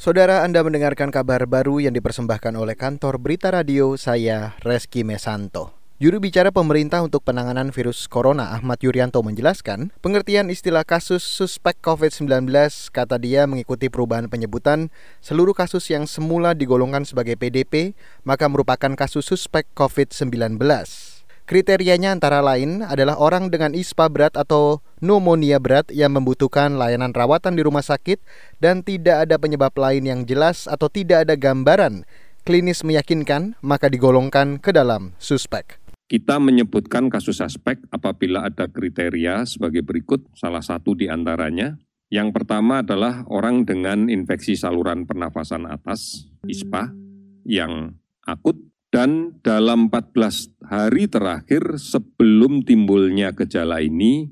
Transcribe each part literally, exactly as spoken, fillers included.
Saudara, Anda mendengarkan kabar baru yang dipersembahkan oleh kantor Berita Radio, saya Reski Mesanto. Juru bicara pemerintah untuk penanganan virus corona, Ahmad Yuryanto, menjelaskan pengertian istilah kasus suspek covid sembilan belas. Kata dia, mengikuti perubahan penyebutan, seluruh kasus yang semula digolongkan sebagai P D P, maka merupakan kasus suspek covid sembilan belas. Kriterianya antara lain adalah orang dengan ispa berat atau pneumonia berat yang membutuhkan layanan rawatan di rumah sakit dan tidak ada penyebab lain yang jelas atau tidak ada gambaran klinis meyakinkan, maka digolongkan ke dalam suspek. Kita menyebutkan kasus suspek apabila ada kriteria sebagai berikut, salah satu di antaranya. Yang pertama adalah orang dengan infeksi saluran pernafasan atas, ispa, yang akut. Dan dalam empat belas hari terakhir sebelum timbulnya gejala ini,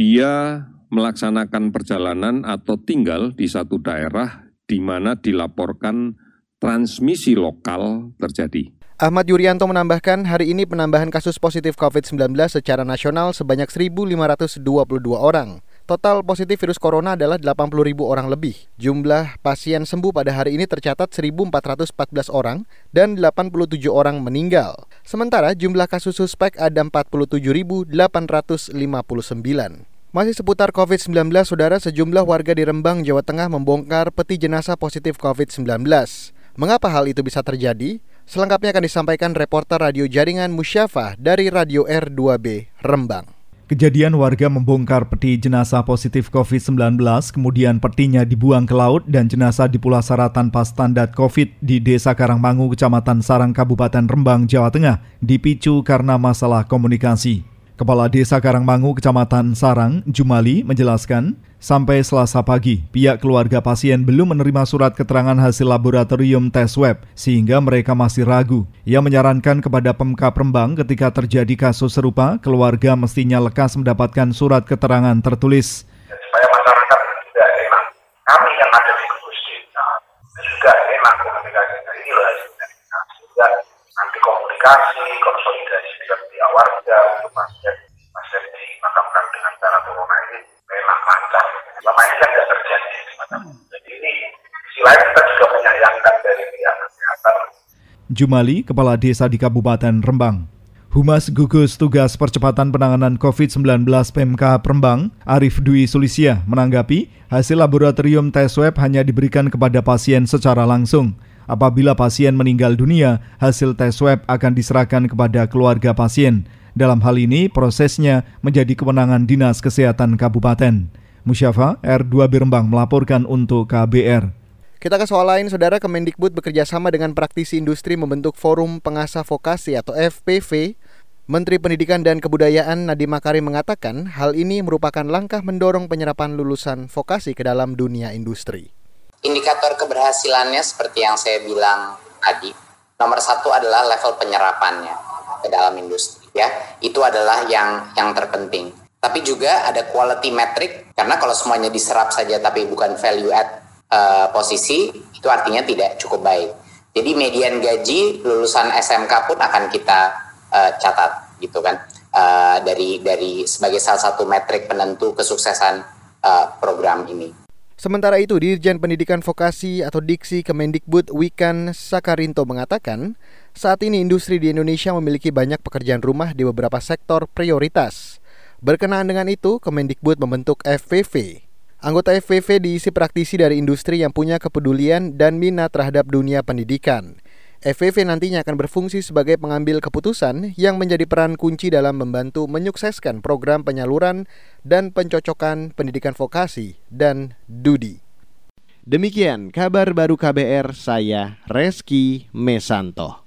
dia melaksanakan perjalanan atau tinggal di satu daerah di mana dilaporkan transmisi lokal terjadi. Ahmad Yuryanto menambahkan, hari ini penambahan kasus positif covid sembilan belas secara nasional sebanyak seribu lima ratus dua puluh dua orang. Total positif virus corona adalah delapan puluh ribu orang lebih. Jumlah pasien sembuh pada hari ini tercatat seribu empat ratus empat belas orang dan delapan puluh tujuh orang meninggal. Sementara jumlah kasus suspek ada empat puluh tujuh ribu delapan ratus lima puluh sembilan. Masih seputar covid sembilan belas, saudara, sejumlah warga di Rembang, Jawa Tengah membongkar peti jenazah positif covid sembilan belas. Mengapa hal itu bisa terjadi? Selengkapnya akan disampaikan reporter radio jaringan Musyafah dari Radio R dua B Rembang. Kejadian warga membongkar peti jenazah positif covid sembilan belas, kemudian petinya dibuang ke laut dan jenazah dipulasara tanpa standar COVID di Desa Karangmangu, Kecamatan Sarang, Kabupaten Rembang, Jawa Tengah, dipicu karena masalah komunikasi. Kepala Desa Karangmangu, Kecamatan Sarang, Jumali, menjelaskan, sampai Selasa pagi, pihak keluarga pasien belum menerima surat keterangan hasil laboratorium tes swab, sehingga mereka masih ragu. Ia menyarankan kepada Pemkab Rembang ketika terjadi kasus serupa, keluarga mestinya lekas mendapatkan surat keterangan tertulis. Supaya masyarakat juga enak, kami yang ada di gugus desa juga enak komunikasi ini loh hasilnya. Sehingga nanti komunikasi, konsolidasi dengan pihak warga untuk pasien pasien dimakamkan dengan cara corona ini enak lancar. Selama ini kan tidak terjadi semacam. Jadi ini sisi lain kita juga menyayangkan dari pihak kesehatan. Jumali, Kepala Desa di Kabupaten Rembang. Humas Gugus Tugas Percepatan Penanganan covid sembilan belas Pemkab Rembang, Arif Dwi Sulistya, menanggapi hasil laboratorium tes swab hanya diberikan kepada pasien secara langsung. Apabila pasien meninggal dunia, hasil tes swab akan diserahkan kepada keluarga pasien. Dalam hal ini, prosesnya menjadi kewenangan Dinas Kesehatan Kabupaten. Musyafah, R dua B Rembang melaporkan untuk K B R. Kita ke soal lain, saudara. Kemendikbud bekerja sama dengan praktisi industri membentuk Forum Pengasah Vokasi atau F P V. Menteri Pendidikan dan Kebudayaan Nadiem Makarim mengatakan hal ini merupakan langkah mendorong penyerapan lulusan vokasi ke dalam dunia industri. Indikator keberhasilannya seperti yang saya bilang tadi, nomor satu adalah level penyerapannya ke dalam industri. Ya, itu adalah yang yang terpenting. Tapi juga ada quality metric, karena kalau semuanya diserap saja tapi bukan value add uh, posisi, itu artinya tidak cukup baik. Jadi median gaji lulusan S M K pun akan kita uh, catat, gitu kan, uh, dari dari sebagai salah satu metrik penentu kesuksesan uh, program ini. Sementara itu, Dirjen Pendidikan Vokasi atau Diksi Kemendikbud Wikan Sakarinto mengatakan, saat ini industri di Indonesia memiliki banyak pekerjaan rumah di beberapa sektor prioritas. Berkenaan dengan itu, Kemendikbud membentuk F P V. Anggota F P V diisi praktisi dari industri yang punya kepedulian dan minat terhadap dunia pendidikan. F P V nantinya akan berfungsi sebagai pengambil keputusan yang menjadi peran kunci dalam membantu menyukseskan program penyaluran dan pencocokan pendidikan vokasi dan Dudi. Demikian kabar baru K B R, saya Reski Mesanto.